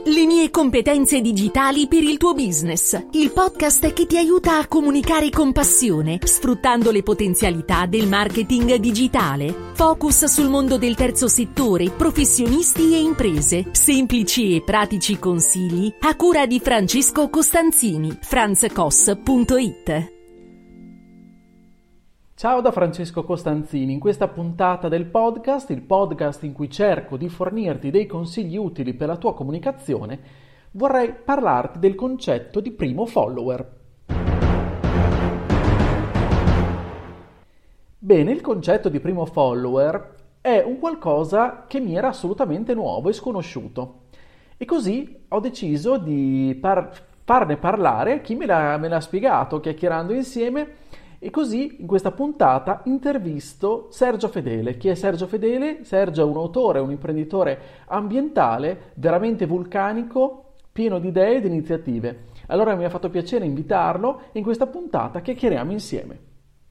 Le mie competenze digitali per il tuo business. Il podcast che ti aiuta a comunicare con passione, sfruttando le potenzialità del marketing digitale. Focus sul mondo del terzo settore, professionisti e imprese. Semplici e pratici consigli a cura di Francesco Costanzini. franzcos.it. Ciao da Francesco Costanzini. In questa puntata del podcast, il podcast in cui cerco di fornirti dei consigli utili per la tua comunicazione, vorrei parlarti del concetto di primo follower. Bene, il concetto di primo follower è un qualcosa che mi era assolutamente nuovo e sconosciuto. E così ho deciso di farne parlare a chi me l'ha spiegato, chiacchierando insieme. E così in questa puntata intervisto Sergio Fedele. Chi è Sergio Fedele? Sergio è un autore, un imprenditore ambientale veramente vulcanico, pieno di idee ed iniziative. Allora mi ha fatto piacere invitarlo e in questa puntata chiacchieriamo insieme.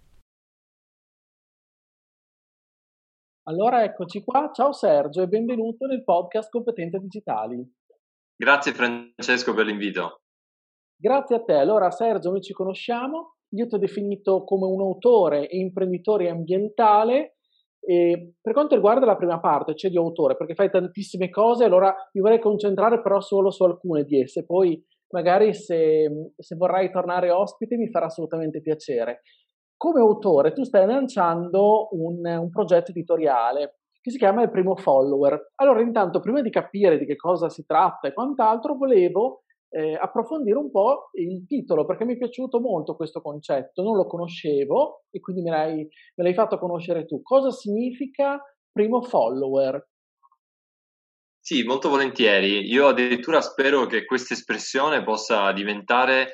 Allora eccoci qua, ciao Sergio e benvenuto nel podcast Competenze Digitali. Grazie Francesco per l'invito. Grazie a te. Allora Sergio, noi ci conosciamo. Io ti ho definito come un autore e imprenditore ambientale e per quanto riguarda la prima parte, cioè di autore, perché fai tantissime cose, allora mi vorrei concentrare però solo su alcune di esse, poi magari se vorrai tornare ospite mi farà assolutamente piacere. Come autore tu stai lanciando un progetto editoriale che si chiama Il Primo Follower. Allora intanto, prima di capire di che cosa si tratta e quant'altro, volevo approfondire un po' il titolo, perché mi è piaciuto molto questo concetto, non lo conoscevo e quindi me l'hai fatto conoscere tu. Cosa significa primo follower? Sì, molto volentieri. Io addirittura spero che questa espressione possa diventare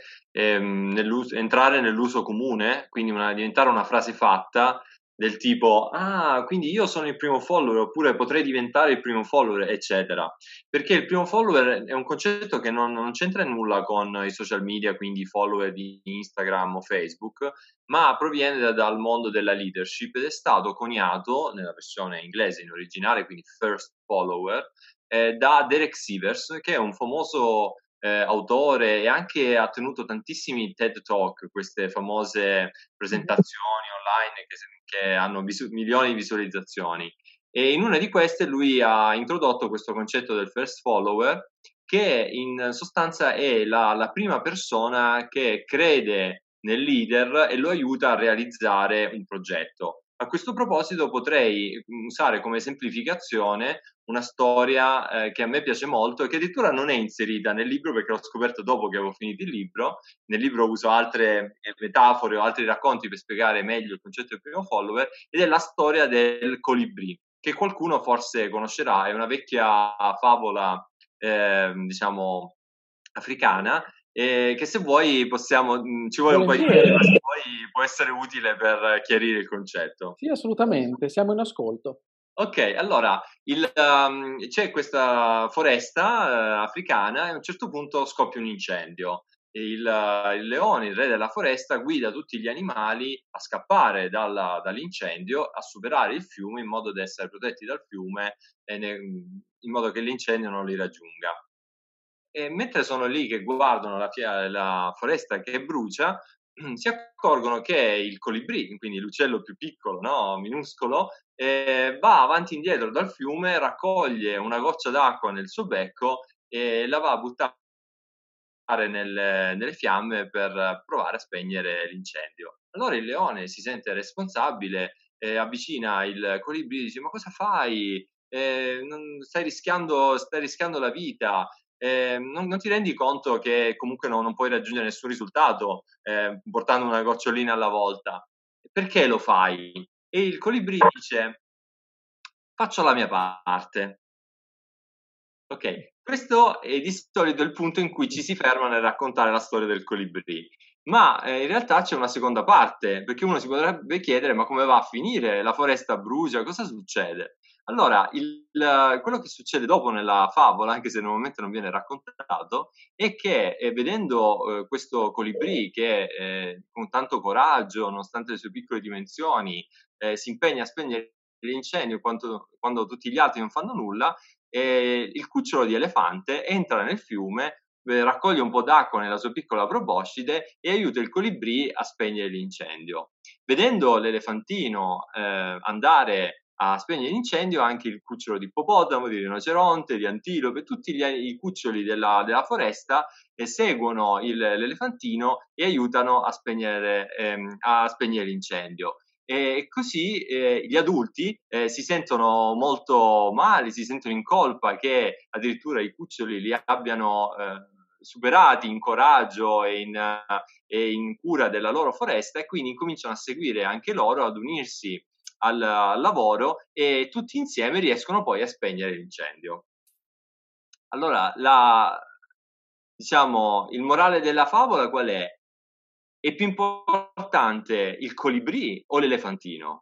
entrare nell'uso comune, quindi diventare una frase fatta del tipo quindi io sono il primo follower, oppure potrei diventare il primo follower, eccetera. Perché il primo follower è un concetto che non c'entra nulla con i social media, quindi i follower di Instagram o Facebook, ma proviene dal mondo della leadership ed è stato coniato nella versione inglese in originale, quindi first follower, da Derek Sivers, che è un famoso autore e anche ha tenuto tantissimi TED Talk, queste famose presentazioni online che hanno milioni di visualizzazioni. E in una di queste lui ha introdotto questo concetto del first follower, che in sostanza è la prima persona che crede nel leader e lo aiuta a realizzare un progetto. A questo proposito potrei usare come esemplificazione una storia che a me piace molto e che addirittura non è inserita nel libro, perché l'ho scoperto dopo che avevo finito il libro. Nel libro uso altre metafore o altri racconti per spiegare meglio il concetto del primo follower, ed è la storia del colibrì, che qualcuno forse conoscerà. È una vecchia favola diciamo africana, che se vuoi ci vuole un po' di tempo, ma se vuoi può essere utile per chiarire il concetto. Sì, assolutamente, siamo in ascolto. Ok, allora c'è questa foresta africana e a un certo punto scoppia un incendio. Il leone, il re della foresta, guida tutti gli animali a scappare dall'incendio, a superare il fiume in modo da essere protetti dal fiume, in modo che l'incendio non li raggiunga. E mentre sono lì che guardano la foresta che brucia, si accorgono che il colibrì, quindi l'uccello più piccolo, no? Minuscolo, va avanti e indietro dal fiume, raccoglie una goccia d'acqua nel suo becco e la va a buttare nelle fiamme per provare a spegnere l'incendio. Allora il leone si sente responsabile, avvicina il colibrì e dice: ma cosa fai? Stai rischiando la vita. Non ti rendi conto che comunque non puoi raggiungere nessun risultato portando una gocciolina alla volta? Perché lo fai? E il colibrì dice: faccio la mia parte. Ok, questo è di solito il punto in cui ci si ferma nel raccontare la storia del colibrì, ma in realtà c'è una seconda parte, perché uno si potrebbe chiedere: ma come va a finire? La foresta brucia, cosa succede? Allora, quello che succede dopo nella favola, anche se normalmente non viene raccontato, è che vedendo questo colibrì che con tanto coraggio, nonostante le sue piccole dimensioni, si impegna a spegnere l'incendio quando tutti gli altri non fanno nulla, il cucciolo di elefante entra nel fiume, raccoglie un po' d'acqua nella sua piccola proboscide e aiuta il colibrì a spegnere l'incendio. Vedendo l'elefantino andare a spegnere l'incendio, anche il cucciolo di ippopotamo, di rinoceronte, di antilope, tutti i cuccioli della foresta seguono l'elefantino e aiutano a spegnere l'incendio. E così gli adulti si sentono molto male, si sentono in colpa che addirittura i cuccioli li abbiano superati in coraggio e in cura della loro foresta, e quindi cominciano a seguire anche loro, ad unirsi al lavoro, e tutti insieme riescono poi a spegnere l'incendio. Allora, diciamo, il morale della favola qual è? È più importante il colibrì o l'elefantino?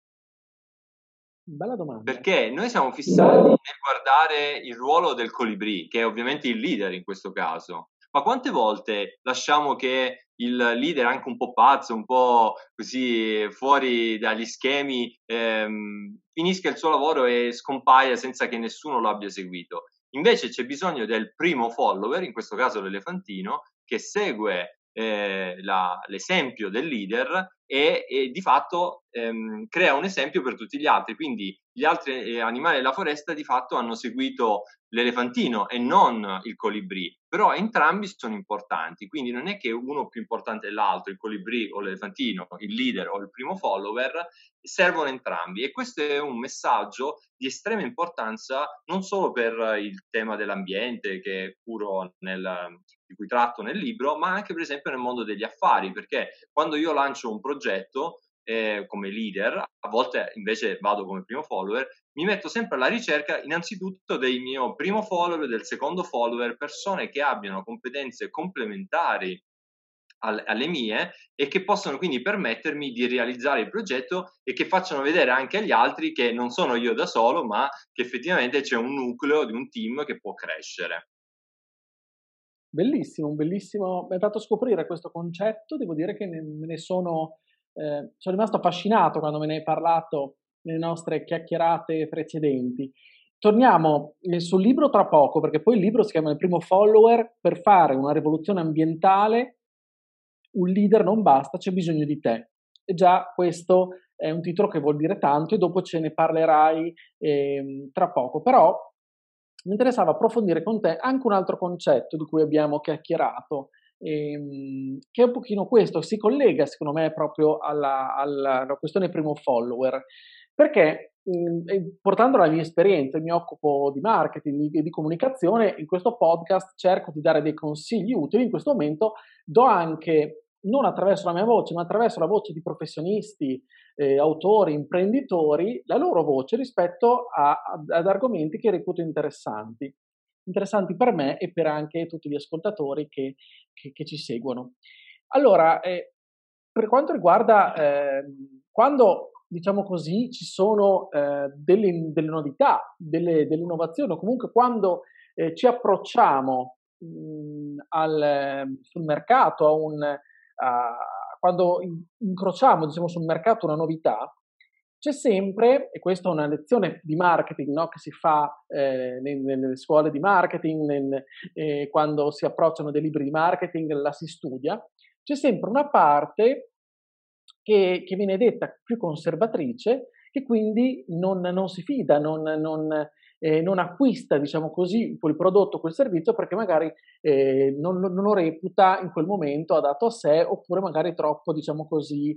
Bella domanda. Perché noi siamo fissati nel guardare il ruolo del colibrì, che è ovviamente il leader in questo caso. Ma quante volte lasciamo che il leader, anche un po' pazzo, un po' così fuori dagli schemi, finisca il suo lavoro e scompaia senza che nessuno lo abbia seguito? Invece c'è bisogno del primo follower, in questo caso l'elefantino, che segue l'esempio del leader e di fatto crea un esempio per tutti gli altri. Quindi gli altri animali della foresta di fatto hanno seguito l'elefantino e non il colibrì, però entrambi sono importanti, quindi non è che uno più importante dell'altro, il colibrì o l'elefantino, il leader o il primo follower, servono entrambi. E questo è un messaggio di estrema importanza non solo per il tema dell'ambiente che curo di cui tratto nel libro, ma anche per esempio nel mondo degli affari, perché quando io lancio un progetto come leader, a volte invece vado come primo follower, mi metto sempre alla ricerca innanzitutto del mio primo follower, del secondo follower, persone che abbiano competenze complementari alle mie e che possono quindi permettermi di realizzare il progetto e che facciano vedere anche agli altri che non sono io da solo, ma che effettivamente c'è un nucleo di un team che può crescere. Bellissimo, bellissimo. Mi hai fatto scoprire questo concetto, devo dire che me ne sono rimasto affascinato quando me ne hai parlato nelle nostre chiacchierate precedenti. Torniamo sul libro tra poco, perché poi il libro si chiama Il primo follower. Per fare una rivoluzione ambientale un leader non basta, c'è bisogno di te. E già questo è un titolo che vuol dire tanto, e dopo ce ne parlerai tra poco. Però mi interessava approfondire con te anche un altro concetto di cui abbiamo chiacchierato, che è un pochino questo, si collega secondo me proprio alla questione primo follower, perché portando la mia esperienza, mi occupo di marketing e di comunicazione, in questo podcast cerco di dare dei consigli utili. In questo momento do anche, non attraverso la mia voce, ma attraverso la voce di professionisti, autori, imprenditori, la loro voce rispetto ad argomenti che reputo interessanti per me e per anche tutti gli ascoltatori che ci seguono. Allora, per quanto riguarda quando, diciamo così, ci sono delle novità, delle innovazioni, o comunque quando ci approcciamo sul mercato, quando incrociamo, diciamo, sul mercato una novità, c'è sempre, e questa è una lezione di marketing, no, che si fa nelle scuole di marketing, quando si approcciano dei libri di marketing, la si studia, c'è sempre una parte che viene detta più conservatrice, che quindi non si fida, non acquista, diciamo così, quel prodotto, quel servizio, perché magari non lo reputa in quel momento adatto a sé, oppure magari troppo, diciamo così,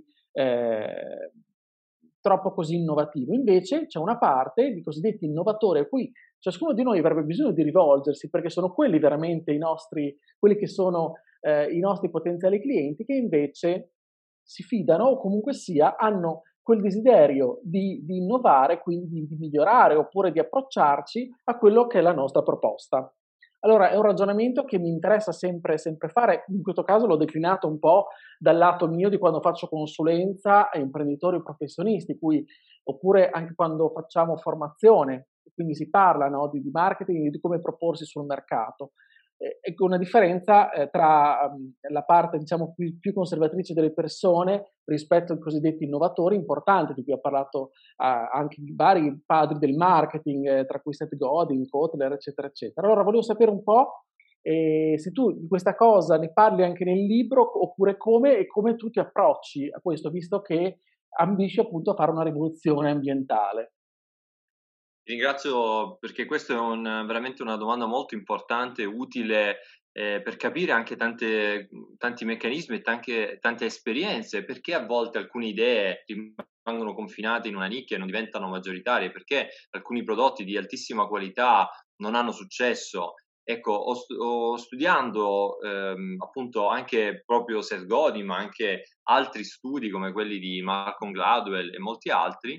troppo così innovativo. Invece c'è una parte di cosiddetti innovatori a cui ciascuno di noi avrebbe bisogno di rivolgersi, perché sono quelli veramente quelli che sono i nostri potenziali clienti, che invece si fidano, o comunque sia hanno quel desiderio di innovare, quindi di migliorare, oppure di approcciarci a quello che è la nostra proposta. Allora, è un ragionamento che mi interessa sempre fare. In questo caso l'ho declinato un po' dal lato mio di quando faccio consulenza a imprenditori o professionisti, oppure anche quando facciamo formazione, quindi si parla, no, di marketing e di come proporsi sul mercato. Ecco una differenza tra la parte diciamo più conservatrice delle persone rispetto ai cosiddetti innovatori, importanti, di cui ha parlato anche vari padri del marketing, tra cui Seth Godin, Kotler, eccetera, eccetera. Allora volevo sapere un po' se tu di questa cosa ne parli anche nel libro, oppure come e come tu ti approcci a questo, visto che ambisci appunto a fare una rivoluzione ambientale. Ti ringrazio perché questa è veramente una domanda molto importante e utile per capire anche tanti meccanismi e tante esperienze, perché a volte alcune idee rimangono confinate in una nicchia e non diventano maggioritarie, perché alcuni prodotti di altissima qualità non hanno successo. Ecco, studiando appunto anche proprio Seth Godin, ma anche altri studi come quelli di Malcolm Gladwell e molti altri,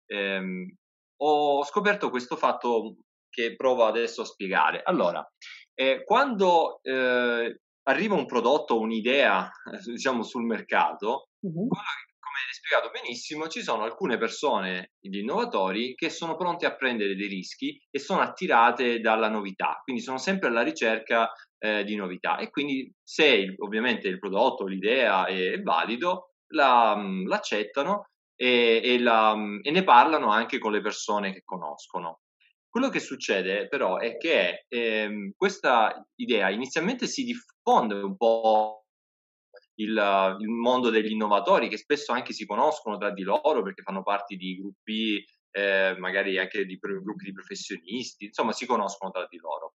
ho scoperto questo fatto che provo adesso a spiegare. Allora, quando arriva un prodotto, un'idea, diciamo, sul mercato, come hai spiegato benissimo, ci sono alcune persone, gli innovatori, che sono pronti a prendere dei rischi e sono attirate dalla novità, quindi sono sempre alla ricerca di novità, e quindi se ovviamente il prodotto, l'idea è valido, l'accettano e ne parlano anche con le persone che conoscono. Quello che succede però è che questa idea inizialmente si diffonde un po' il mondo degli innovatori, che spesso anche si conoscono tra di loro perché fanno parte di gruppi, magari anche di gruppi di professionisti, insomma si conoscono tra di loro.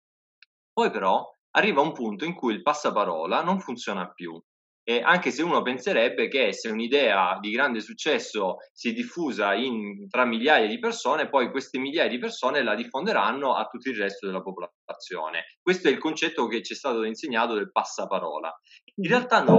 Poi però arriva un punto in cui il passaparola non funziona più. E anche se uno penserebbe che se un'idea di grande successo si è diffusa tra migliaia di persone, poi queste migliaia di persone la diffonderanno a tutto il resto della popolazione. Questo è il concetto che ci è stato insegnato del passaparola. In realtà no,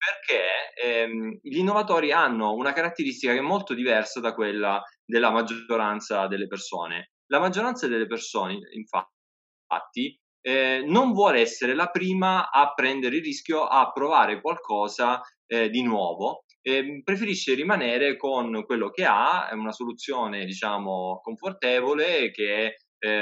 perché gli innovatori hanno una caratteristica che è molto diversa da quella della maggioranza delle persone. La maggioranza delle persone, infatti, non vuole essere la prima a prendere il rischio, a provare qualcosa di nuovo, preferisce rimanere con quello che ha, una soluzione diciamo confortevole che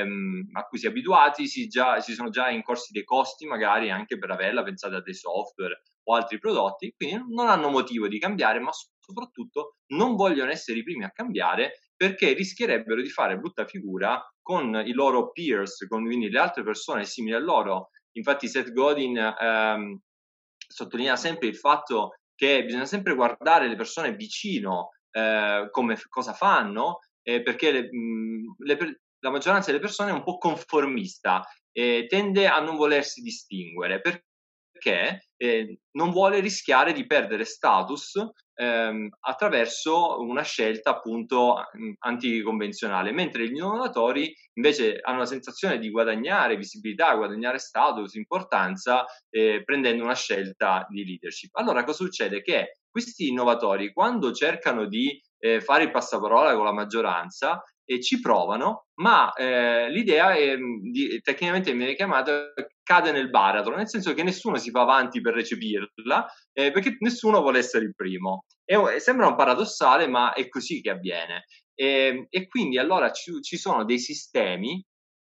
a cui si è abituati, si sono già incorsi dei costi magari anche per averla, pensate a dei software o altri prodotti, quindi non hanno motivo di cambiare, ma soprattutto non vogliono essere i primi a cambiare perché rischierebbero di fare brutta figura con i loro peers, quindi le altre persone simili a loro. Infatti Seth Godin sottolinea sempre il fatto che bisogna sempre guardare le persone vicino come cosa fanno, perché la maggioranza delle persone è un po' conformista e tende a non volersi distinguere perché non vuole rischiare di perdere status attraverso una scelta appunto anticonvenzionale, mentre gli innovatori invece hanno la sensazione di guadagnare visibilità, guadagnare status, importanza prendendo una scelta di leadership. Allora cosa succede? Che questi innovatori, quando cercano di fare il passaparola con la maggioranza, ci provano, ma l'idea tecnicamente viene chiamata cade nel baratro, nel senso che nessuno si fa avanti per recepirla perché nessuno vuole essere il primo. Sembra un paradossale, ma è così che avviene. E quindi allora ci sono dei sistemi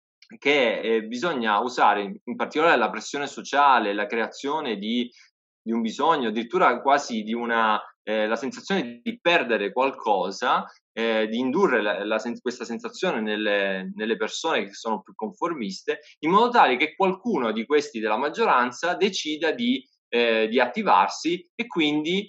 che bisogna usare, in particolare la pressione sociale, la creazione di un bisogno, addirittura quasi di la sensazione di perdere qualcosa, di indurre questa sensazione nelle persone che sono più conformiste, in modo tale che qualcuno di questi della maggioranza decida di attivarsi e quindi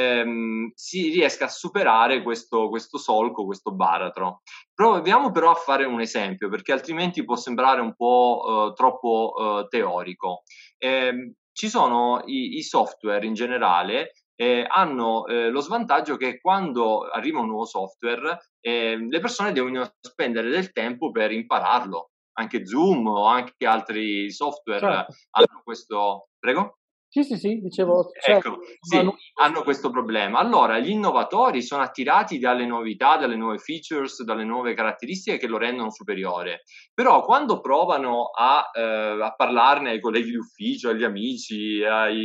si riesca a superare questo solco, questo baratro. Proviamo però a fare un esempio, perché altrimenti può sembrare un po' troppo teorico. Ci sono i software in generale hanno lo svantaggio che quando arriva un nuovo software le persone devono spendere del tempo per impararlo. Anche Zoom o anche altri software hanno questo... Prego? Sì, dicevo... Ecco, sì, hanno questo problema. Allora, gli innovatori sono attirati dalle novità, dalle nuove features, dalle nuove caratteristiche che lo rendono superiore. Però quando provano a parlarne ai colleghi di ufficio, agli amici, ai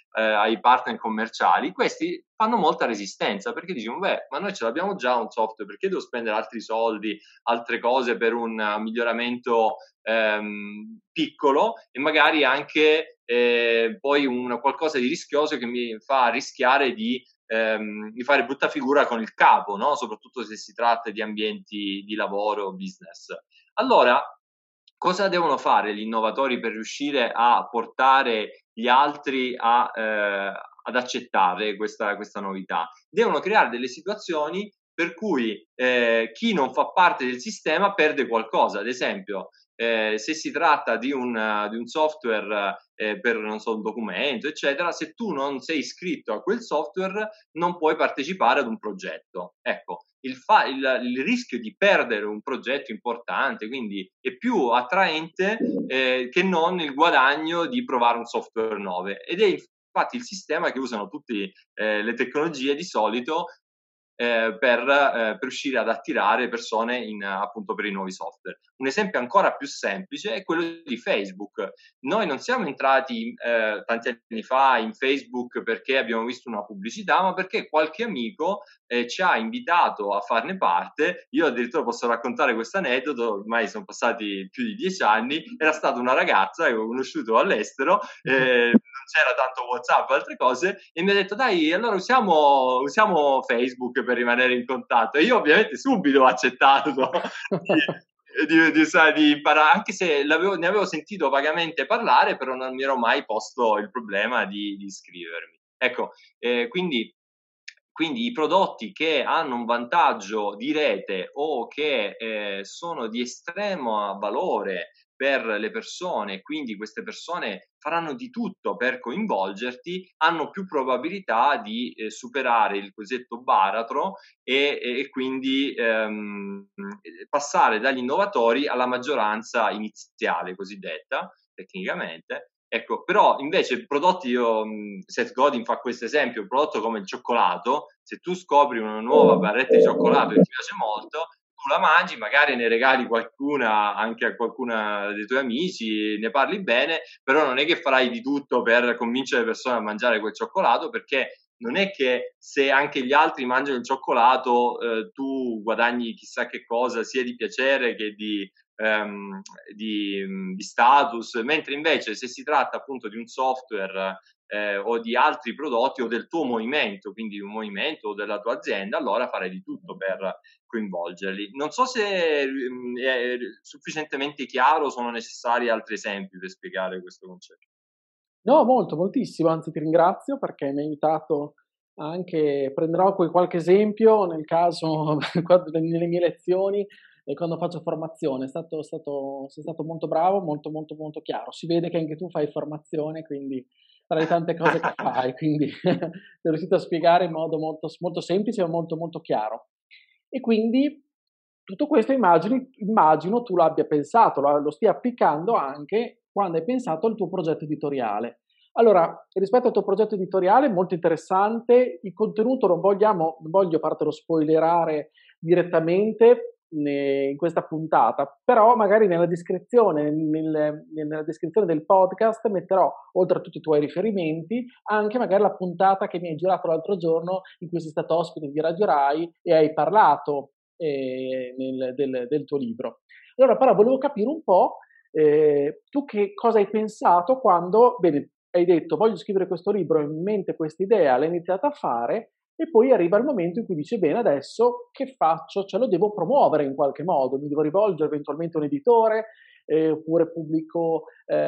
ai partner commerciali, questi fanno molta resistenza perché dicono, beh, ma noi ce l'abbiamo già un software, perché devo spendere altri soldi, altre cose per un miglioramento piccolo e magari anche poi qualcosa di rischioso che mi fa rischiare di fare brutta figura con il capo, no? Soprattutto se si tratta di ambienti di lavoro o business. Allora, cosa devono fare gli innovatori per riuscire a portare gli altri ad accettare questa novità? Devono creare delle situazioni per cui chi non fa parte del sistema perde qualcosa. Ad esempio, se si tratta di un software per, non so, un documento, eccetera, se tu non sei iscritto a quel software non puoi partecipare ad un progetto. Ecco, il rischio di perdere un progetto importante, quindi è più attraente che non il guadagno di provare un software nuovo. Ed è infatti il sistema che usano tutte le tecnologie di solito per riuscire ad attirare persone appunto per i nuovi software. Un esempio ancora più semplice è quello di Facebook. Noi non siamo entrati tanti anni fa in Facebook perché abbiamo visto una pubblicità, ma perché qualche amico ci ha invitato a farne parte. Io addirittura posso raccontare questo aneddoto, ormai sono passati più di 10 anni, era stata una ragazza che avevo conosciuto all'estero, non c'era tanto WhatsApp o altre cose, e mi ha detto, dai, allora usiamo Facebook per rimanere in contatto. E io ovviamente subito ho accettato di imparare, anche se ne avevo sentito vagamente parlare, però non mi ero mai posto il problema di iscrivermi. Ecco, quindi i prodotti che hanno un vantaggio di rete o che sono di estremo valore per le persone, quindi queste persone faranno di tutto per coinvolgerti, hanno più probabilità di superare il cosiddetto baratro e quindi passare dagli innovatori alla maggioranza iniziale cosiddetta, tecnicamente. Ecco, però invece prodotti, Seth Godin fa questo esempio, un prodotto come il cioccolato, se tu scopri una nuova barretta di cioccolato che ti piace molto, tu la mangi, magari ne regali qualcuna anche a qualcuna dei tuoi amici, ne parli bene, però non è che farai di tutto per convincere le persone a mangiare quel cioccolato, perché non è che se anche gli altri mangiano il cioccolato tu guadagni chissà che cosa, sia di piacere che di status, mentre invece se si tratta appunto di un software o di altri prodotti o del tuo movimento, quindi di un movimento o della tua azienda, allora farai di tutto per coinvolgerli. Non so se è sufficientemente chiaro o sono necessari altri esempi per spiegare questo concetto. No, moltissimo, anzi ti ringrazio perché mi hai aiutato anche, prenderò qualche esempio nel caso, nelle mie lezioni e quando faccio formazione. Sei stato molto bravo, molto chiaro. Si vede che anche tu fai formazione, quindi tra le tante cose che fai, quindi sei riuscito a spiegare in modo molto semplice e molto chiaro. E quindi tutto questo immagino tu l'abbia pensato, lo stia applicando anche quando hai pensato al tuo progetto editoriale. Allora, rispetto al tuo progetto editoriale, molto interessante, il contenuto non voglio fartelo spoilerare direttamente in questa puntata, però magari nella descrizione del podcast metterò, oltre a tutti i tuoi riferimenti, anche magari la puntata che mi hai girato l'altro giorno in cui sei stato ospite di Radio Rai e hai parlato del tuo libro. Allora, però volevo capire un po' tu che cosa hai pensato quando, bene, hai detto voglio scrivere questo libro, ho in mente questa idea, l'hai iniziata a fare e poi arriva il momento in cui dici bene, adesso che faccio? Cioè lo devo promuovere in qualche modo, mi devo rivolgere eventualmente a un editore oppure pubblico,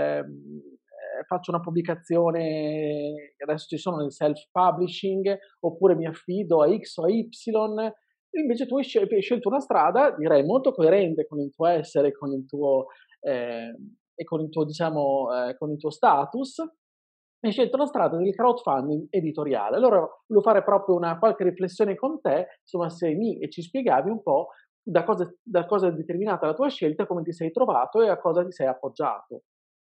faccio una pubblicazione, adesso ci sono nel self-publishing, oppure mi affido a X o a Y. Invece tu hai scelto una strada, direi, molto coerente con il tuo essere, con il tuo, e con il tuo, diciamo, con il tuo status. Hai scelto la strada del crowdfunding editoriale. Allora volevo fare proprio qualche riflessione con te, insomma, se ci spiegavi un po' da cosa è determinata la tua scelta, come ti sei trovato e a cosa ti sei appoggiato.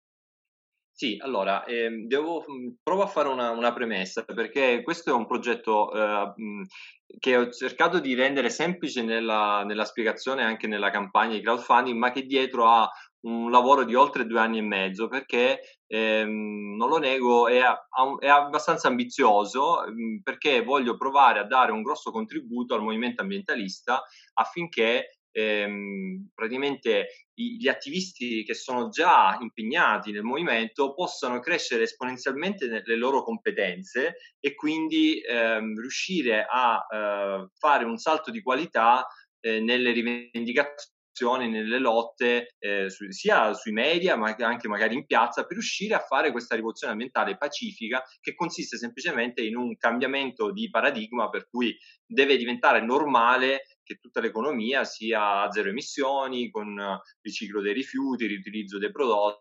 Sì, allora, provo a fare una premessa, perché questo è un progetto che ho cercato di rendere semplice nella spiegazione, anche nella campagna di crowdfunding, ma che dietro ha un lavoro di oltre 2 anni e mezzo, perché non lo nego, è abbastanza ambizioso, perché voglio provare a dare un grosso contributo al movimento ambientalista affinché praticamente gli attivisti che sono già impegnati nel movimento possano crescere esponenzialmente nelle loro competenze e quindi riuscire a fare un salto di qualità nelle rivendicazioni, nelle lotte, sia sui media ma anche magari in piazza, per riuscire a fare questa rivoluzione ambientale pacifica, che consiste semplicemente in un cambiamento di paradigma per cui deve diventare normale che tutta l'economia sia a zero emissioni, con riciclo dei rifiuti, riutilizzo dei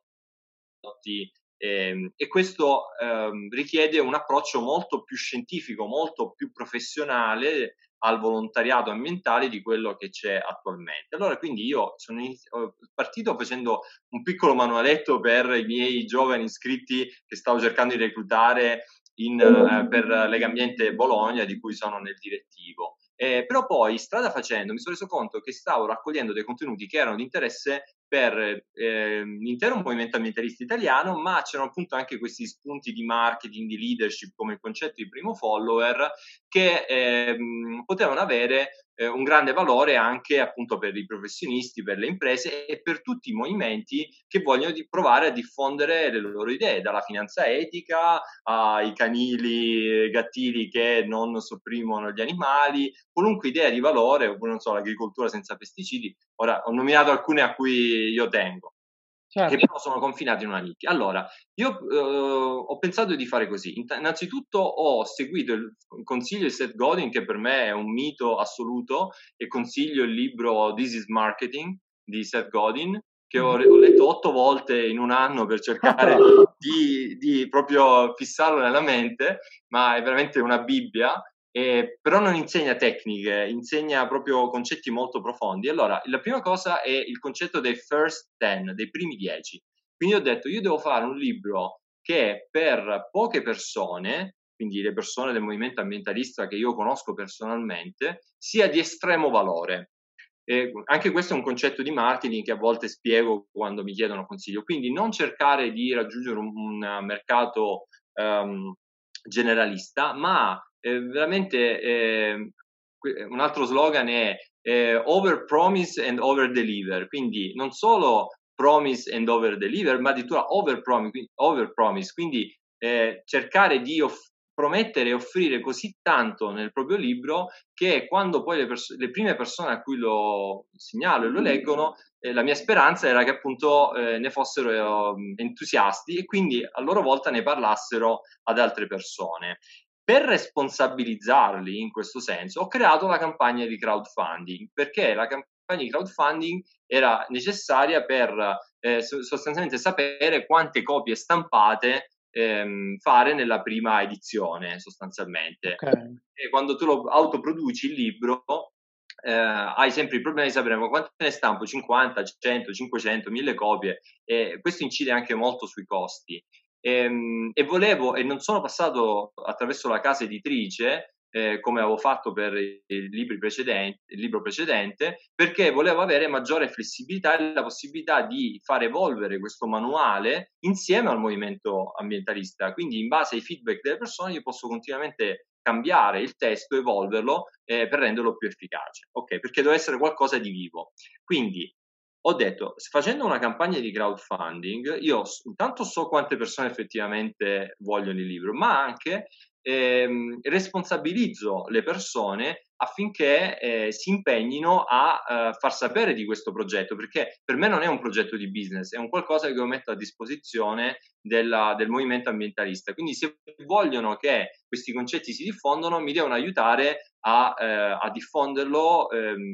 prodotti, e questo richiede un approccio molto più scientifico, molto più professionale al volontariato ambientale di quello che c'è attualmente. Allora quindi io sono partito facendo un piccolo manualetto per i miei giovani iscritti che stavo cercando di reclutare per Legambiente Bologna, di cui sono nel direttivo. Però poi, strada facendo, mi sono reso conto che stavo raccogliendo dei contenuti che erano di interesse per l'intero movimento ambientalista italiano, ma c'erano appunto anche questi spunti di marketing, di leadership, come il concetto di primo follower, che potevano avere un grande valore anche appunto per i professionisti, per le imprese e per tutti i movimenti che vogliono provare a diffondere le loro idee, dalla finanza etica ai canili gattili che non sopprimono gli animali, qualunque idea di valore, oppure non so, l'agricoltura senza pesticidi. Ora ho nominato alcune a cui io tengo, certo, che però sono confinate in una nicchia. Allora, io ho pensato di fare così. Innanzitutto ho seguito il consiglio di Seth Godin, che per me è un mito assoluto, e consiglio il libro This is Marketing di Seth Godin, che ho letto 8 volte in un anno per cercare di proprio fissarlo nella mente, ma è veramente una Bibbia. Però non insegna tecniche, insegna proprio concetti molto profondi. Allora, la prima cosa è il concetto dei first 10, dei primi 10. Quindi ho detto, io devo fare un libro che per poche persone, quindi le persone del movimento ambientalista che io conosco personalmente, sia di estremo valore. Anche questo è un concetto di marketing che a volte spiego quando mi chiedono consiglio. Quindi non cercare di raggiungere un mercato generalista, ma veramente un altro slogan è over promise and over deliver, quindi non solo promise and over deliver, ma addirittura over promise, quindi cercare di promettere e offrire così tanto nel proprio libro che quando poi le prime persone a cui lo segnalo e lo leggono, la mia speranza era che appunto ne fossero entusiasti e quindi a loro volta ne parlassero ad altre persone. Per responsabilizzarli in questo senso ho creato la campagna di crowdfunding, perché la campagna di crowdfunding era necessaria per sostanzialmente sapere quante copie stampate fare nella prima edizione, sostanzialmente. Okay. E quando tu lo autoproduci il libro hai sempre il problema di sapere ma quante ne stampo, 50, 100, 500, 1000 copie, e questo incide anche molto sui costi. E non sono passato attraverso la casa editrice come avevo fatto per il libro precedente, perché volevo avere maggiore flessibilità e la possibilità di far evolvere questo manuale insieme al movimento ambientalista. Quindi in base ai feedback delle persone io posso continuamente cambiare il testo, evolverlo per renderlo più efficace, ok? Perché deve essere qualcosa di vivo. Quindi ho detto, facendo una campagna di crowdfunding, io intanto so quante persone effettivamente vogliono il libro, ma anche responsabilizzo le persone affinché si impegnino a far sapere di questo progetto, perché per me non è un progetto di business, è un qualcosa che io metto a disposizione del movimento ambientalista. Quindi se vogliono che questi concetti si diffondano, mi devono aiutare a diffonderlo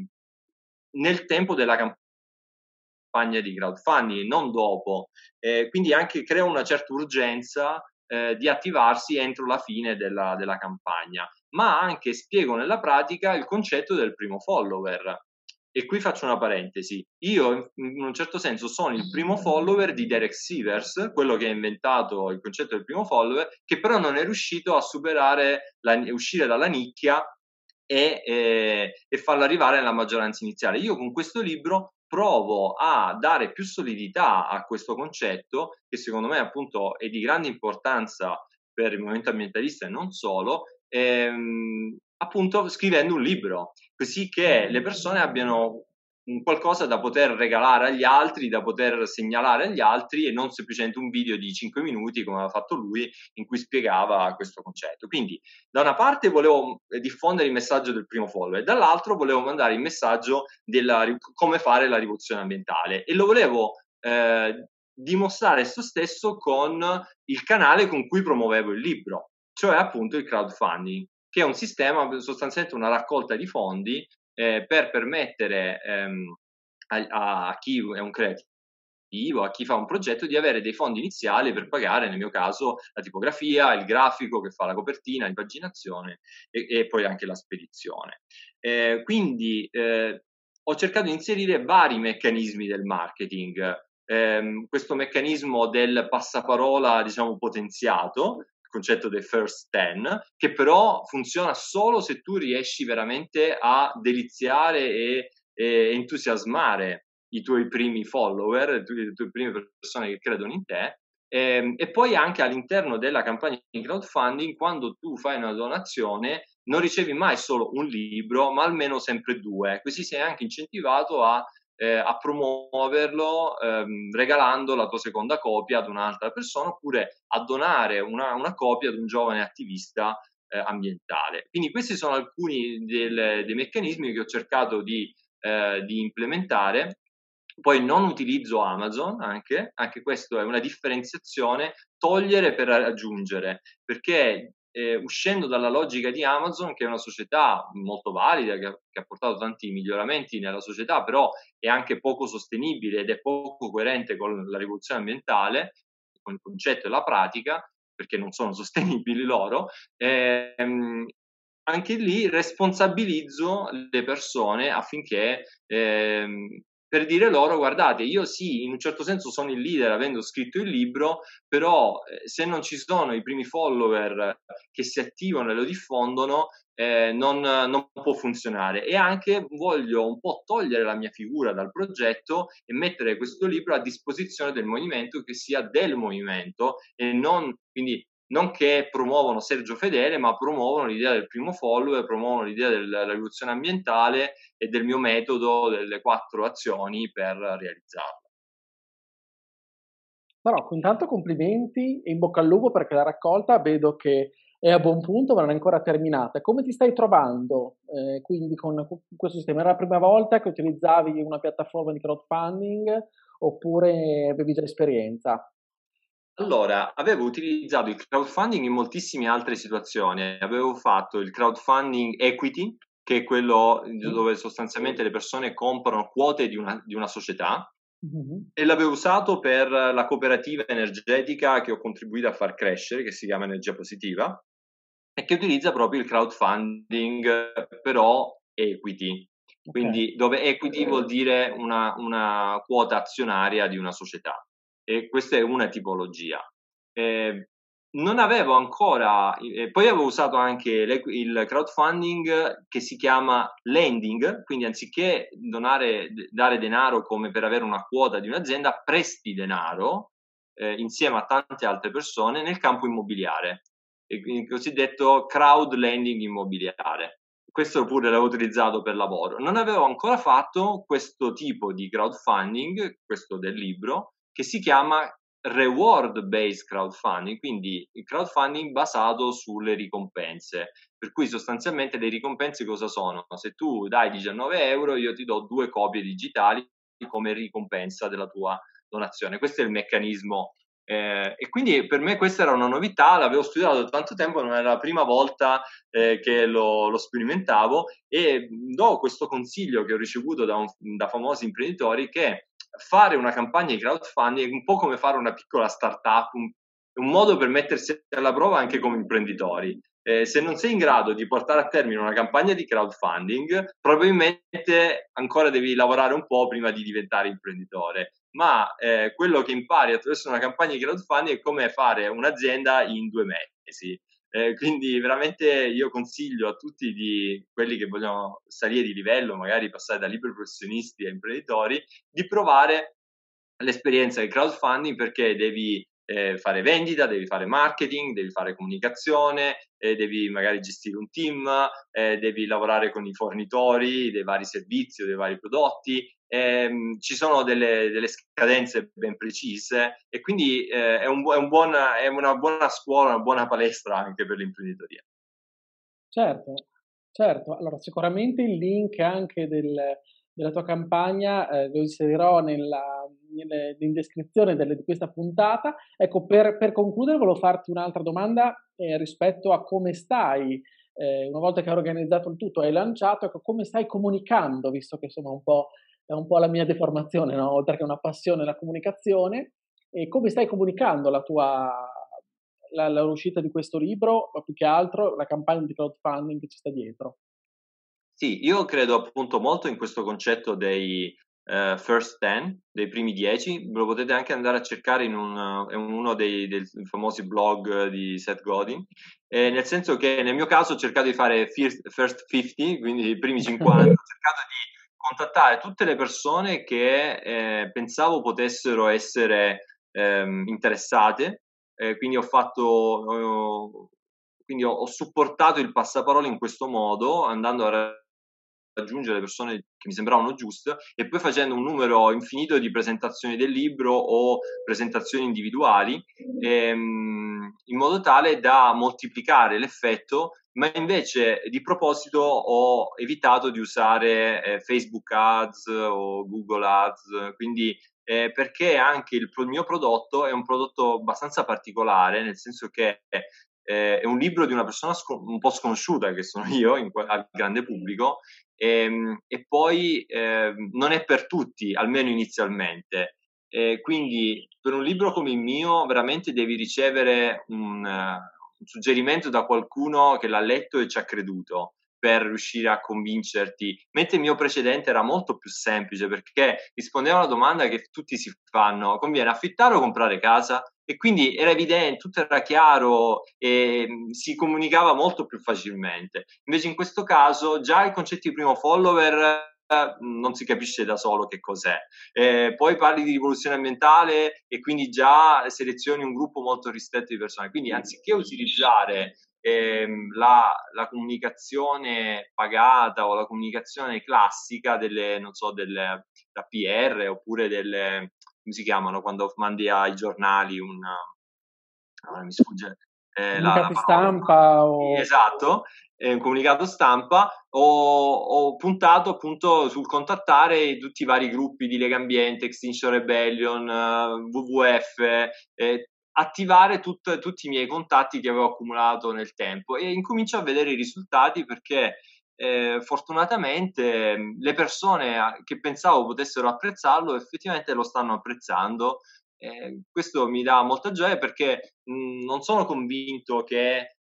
nel tempo della campagna di crowdfunding, non dopo. Quindi anche crea una certa urgenza di attivarsi entro la fine della campagna, ma anche spiego nella pratica il concetto del primo follower. E qui faccio una parentesi. Io, in un certo senso, sono il primo follower di Derek Sivers, quello che ha inventato il concetto del primo follower, che però non è riuscito a uscire dalla nicchia e farlo arrivare nella maggioranza iniziale. Io con questo libro provo a dare più solidità a questo concetto, che secondo me appunto è di grande importanza per il movimento ambientalista e non solo, appunto scrivendo un libro, così che le persone abbiano un qualcosa da poter regalare agli altri, da poter segnalare agli altri, e non semplicemente un video di 5 minuti come aveva fatto lui in cui spiegava questo concetto. Quindi da una parte volevo diffondere il messaggio del primo follower, dall'altro volevo mandare il messaggio della come fare la rivoluzione ambientale, e lo volevo dimostrare esso stesso con il canale con cui promuovevo il libro, cioè appunto il crowdfunding, che è un sistema, sostanzialmente una raccolta di fondi per permettere a chi è un creativo, a chi fa un progetto, di avere dei fondi iniziali per pagare, nel mio caso, la tipografia, il grafico che fa la copertina, l'impaginazione e poi anche la spedizione. Quindi ho cercato di inserire vari meccanismi del marketing. Questo meccanismo del passaparola, diciamo, potenziato, il concetto del first 10, che però funziona solo se tu riesci veramente a deliziare e entusiasmare i tuoi primi follower, le tue prime persone che credono in te. E poi anche all'interno della campagna di crowdfunding, quando tu fai una donazione, non ricevi mai solo un libro, ma almeno sempre 2, così sei anche incentivato a promuoverlo regalando la tua seconda copia ad un'altra persona, oppure a donare una copia ad un giovane attivista ambientale. Quindi questi sono alcuni dei meccanismi che ho cercato di implementare. Poi non utilizzo Amazon, anche questo è una differenziazione, togliere per aggiungere, perché uscendo dalla logica di Amazon, che è una società molto valida, che ha portato tanti miglioramenti nella società, però è anche poco sostenibile ed è poco coerente con la rivoluzione ambientale, con il concetto e la pratica, perché non sono sostenibili loro, anche lì responsabilizzo le persone affinché per dire loro: guardate, io sì, in un certo senso sono il leader avendo scritto il libro, però se non ci sono i primi follower che si attivano e lo diffondono, non può funzionare. E anche voglio un po' togliere la mia figura dal progetto e mettere questo libro a disposizione del movimento, che sia del movimento, e non che promuovono Sergio Fedele, ma promuovono l'idea del primo follower, promuovono l'idea della rivoluzione ambientale e del mio metodo delle 4 azioni per realizzarla. Però intanto complimenti e in bocca al lupo, perché la raccolta vedo che è a buon punto, ma non è ancora terminata. Come ti stai trovando quindi con questo sistema? Era la prima volta che utilizzavi una piattaforma di crowdfunding oppure avevi già esperienza? Allora, avevo utilizzato il crowdfunding in moltissime altre situazioni. Avevo fatto il crowdfunding equity, che è quello dove sostanzialmente le persone comprano quote di una società, e l'avevo usato per la cooperativa energetica che ho contribuito a far crescere, che si chiama Energia Positiva, e che utilizza proprio il crowdfunding, però equity. Quindi dove equity vuol dire una quota azionaria di una società. E questa è una tipologia. Non avevo ancora, poi avevo usato anche il crowdfunding che si chiama lending, quindi anziché dare denaro come per avere una quota di un'azienda, presti denaro insieme a tante altre persone nel campo immobiliare, il cosiddetto crowd lending immobiliare. Questo pure l'avevo utilizzato per lavoro. Non avevo ancora fatto questo tipo di crowdfunding, questo del libro, che si chiama reward-based crowdfunding, quindi il crowdfunding basato sulle ricompense, per cui sostanzialmente le ricompense cosa sono? Se tu dai 19 euro, io ti do 2 copie digitali come ricompensa della tua donazione. Questo è il meccanismo. E quindi per me questa era una novità, l'avevo studiato da tanto tempo, non era la prima volta che lo sperimentavo, e do questo consiglio che ho ricevuto da famosi imprenditori, che fare una campagna di crowdfunding è un po' come fare una piccola startup, un modo per mettersi alla prova anche come imprenditori. Se non sei in grado di portare a termine una campagna di crowdfunding, probabilmente ancora devi lavorare un po' prima di diventare imprenditore. Ma quello che impari attraverso una campagna di crowdfunding è come fare un'azienda in 2 mesi. quindi veramente io consiglio a tutti di quelli che vogliono salire di livello, magari passare da liberi professionisti a imprenditori, di provare l'esperienza del crowdfunding, perché devi fare vendita, devi fare marketing, devi fare comunicazione, devi magari gestire un team, devi lavorare con i fornitori dei vari servizi o dei vari prodotti, ci sono delle scadenze ben precise e quindi è una buona scuola, una buona palestra anche per l'imprenditoria. Certo, certo. Allora sicuramente il link anche della tua campagna, lo inserirò in descrizione di questa puntata. Ecco, per concludere volevo farti un'altra domanda, rispetto a come stai, una volta che hai organizzato il tutto, hai lanciato, ecco, come stai comunicando, visto che insomma è un po' la mia deformazione, no, oltre che una passione la comunicazione, e come stai comunicando l'uscita di questo libro, ma più che altro la campagna di crowdfunding che ci sta dietro? Sì, io credo appunto molto in questo concetto dei first 10, dei primi 10, lo potete anche andare a cercare in uno dei famosi blog di Seth Godin, nel senso che nel mio caso ho cercato di fare first 50, quindi i primi 50, ho cercato di contattare tutte le persone che pensavo potessero essere interessate, quindi ho supportato il passaparola in questo modo, andando a raggiungere le persone che mi sembravano giuste e poi facendo un numero infinito di presentazioni del libro o presentazioni individuali, in modo tale da moltiplicare l'effetto, ma invece di proposito ho evitato di usare Facebook Ads o Google Ads, quindi perché anche il mio prodotto è un prodotto abbastanza particolare, nel senso che è un libro di una persona un po' sconosciuta, che sono io, al grande pubblico, e poi non è per tutti, almeno inizialmente. Quindi per un libro come il mio veramente devi ricevere un suggerimento da qualcuno che l'ha letto e ci ha creduto per riuscire a convincerti, mentre il mio precedente era molto più semplice, perché rispondeva a una domanda che tutti si fanno: conviene affittare o comprare casa? E quindi era evidente, tutto era chiaro e si comunicava molto più facilmente. Invece in questo caso già il concetto di primo follower non si capisce da solo che cos'è. Poi parli di rivoluzione ambientale e quindi già selezioni un gruppo molto ristretto di persone. Quindi anziché utilizzare la comunicazione pagata o la comunicazione classica della PR oppure delle, come si chiamano quando mandi ai giornali mi sfugge la Comunicati parola. stampa o... Esatto, un comunicato stampa, ho puntato appunto sul contattare tutti i vari gruppi di Legambiente, Extinction Rebellion, WWF, attivare tutti i miei contatti che avevo accumulato nel tempo e incomincio a vedere i risultati, perché fortunatamente le persone che pensavo potessero apprezzarlo effettivamente lo stanno apprezzando. Questo mi dà molta gioia, perché non sono convinto che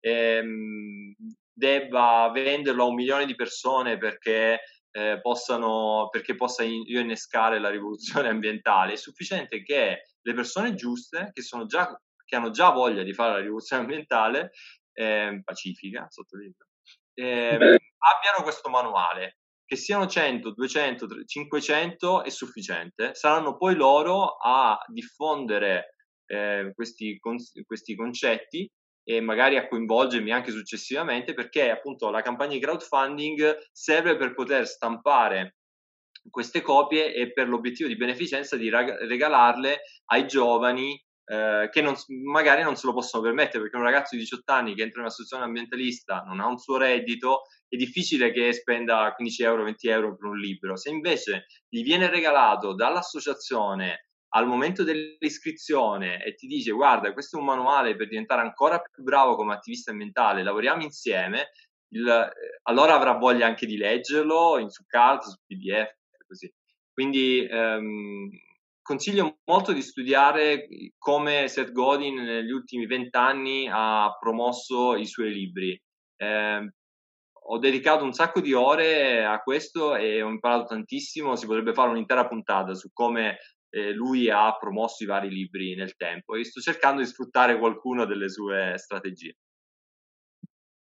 debba venderlo a 1 milione di persone perché possa io innescare la rivoluzione ambientale. È sufficiente che le persone giuste, che hanno già voglia di fare la rivoluzione ambientale, pacifica, sottolineo, abbiano questo manuale. Che siano 100, 200, 500 è sufficiente, saranno poi loro a diffondere questi concetti e magari a coinvolgermi anche successivamente, perché appunto la campagna di crowdfunding serve per poter stampare queste copie e per l'obiettivo di beneficenza di regalarle ai giovani che magari non se lo possono permettere, perché un ragazzo di 18 anni che entra in un'associazione ambientalista non ha un suo reddito, è difficile che spenda 15 euro, 20 euro per un libro. Se invece gli viene regalato dall'associazione al momento dell'iscrizione e ti dice: guarda, questo è un manuale per diventare ancora più bravo come attivista ambientale, lavoriamo insieme, allora avrà voglia anche di leggerlo su carta, su PDF, così. Quindi consiglio molto di studiare come Seth Godin negli ultimi 20 anni ha promosso i suoi libri. Ho dedicato un sacco di ore a questo e ho imparato tantissimo. Si potrebbe fare un'intera puntata su come lui ha promosso i vari libri nel tempo, e sto cercando di sfruttare qualcuna delle sue strategie.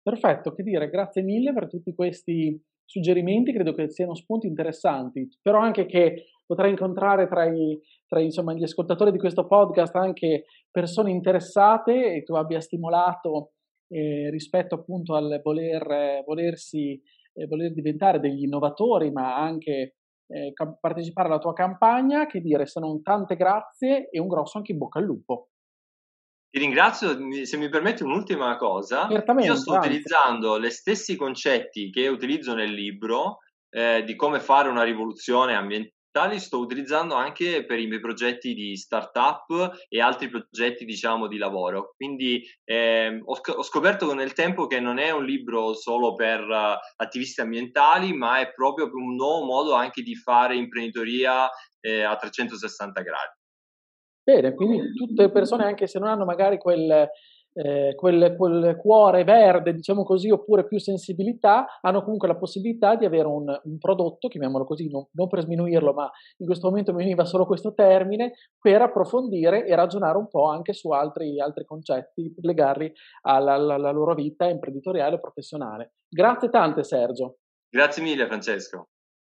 Perfetto, che dire, grazie mille per tutti questi suggerimenti, credo che siano spunti interessanti. Spero anche che potrai incontrare insomma, gli ascoltatori di questo podcast anche persone interessate e tu abbia stimolato rispetto appunto al voler diventare degli innovatori, ma anche partecipare alla tua campagna. Che dire, sono tante grazie e un grosso anche in bocca al lupo. Ti ringrazio, se mi permetti un'ultima cosa, io Certamente, sto anzi. utilizzando gli stessi concetti che utilizzo nel libro di come fare una rivoluzione ambientale, sto utilizzando anche per i miei progetti di startup e altri progetti, diciamo, di lavoro. Quindi ho scoperto nel tempo che non è un libro solo per attivisti ambientali, ma è proprio un nuovo modo anche di fare imprenditoria a 360 gradi. Bene, quindi tutte le persone, anche se non hanno magari quel cuore verde, diciamo così, oppure più sensibilità, hanno comunque la possibilità di avere un prodotto, chiamiamolo così, non per sminuirlo, ma in questo momento mi veniva solo questo termine, per approfondire e ragionare un po' anche su altri concetti, per legarli alla loro vita imprenditoriale e professionale. Grazie tante, Sergio. Grazie mille, Francesco.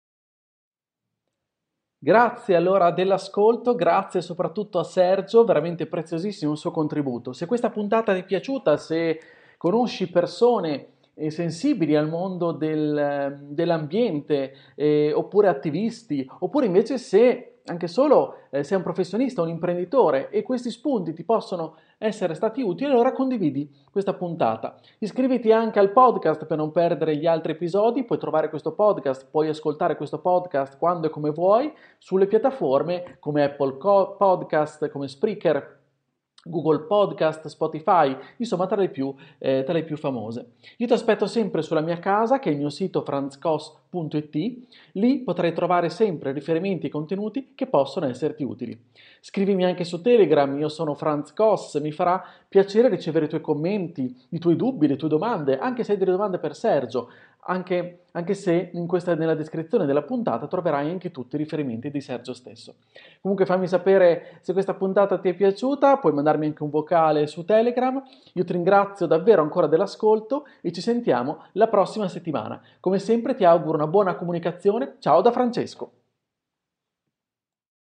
Grazie allora dell'ascolto, grazie soprattutto a Sergio, veramente preziosissimo il suo contributo. Se questa puntata ti è piaciuta, se conosci persone sensibili al mondo dell'ambiente, oppure attivisti, oppure invece se anche solo sei un professionista, un imprenditore e questi spunti ti possono essere stati utili, allora condividi questa puntata. Iscriviti anche al podcast per non perdere gli altri episodi, puoi trovare questo podcast, puoi ascoltare questo podcast quando e come vuoi sulle piattaforme come Apple Podcast, come Spreaker, Google Podcast, Spotify, insomma tra le più famose. Io ti aspetto sempre sulla mia casa, che è il mio sito franzcos.it, lì potrai trovare sempre riferimenti e contenuti che possono esserti utili. Scrivimi anche su Telegram, io sono Franz Cos, mi farà piacere ricevere i tuoi commenti, i tuoi dubbi, le tue domande, anche se hai delle domande per Sergio, anche se nella descrizione della puntata troverai anche tutti i riferimenti di Sergio stesso. Comunque fammi sapere se questa puntata ti è piaciuta, puoi mandarmi anche un vocale su Telegram. Io ti ringrazio davvero ancora dell'ascolto e ci sentiamo la prossima settimana. Come sempre ti auguro una buona comunicazione. Ciao da Francesco.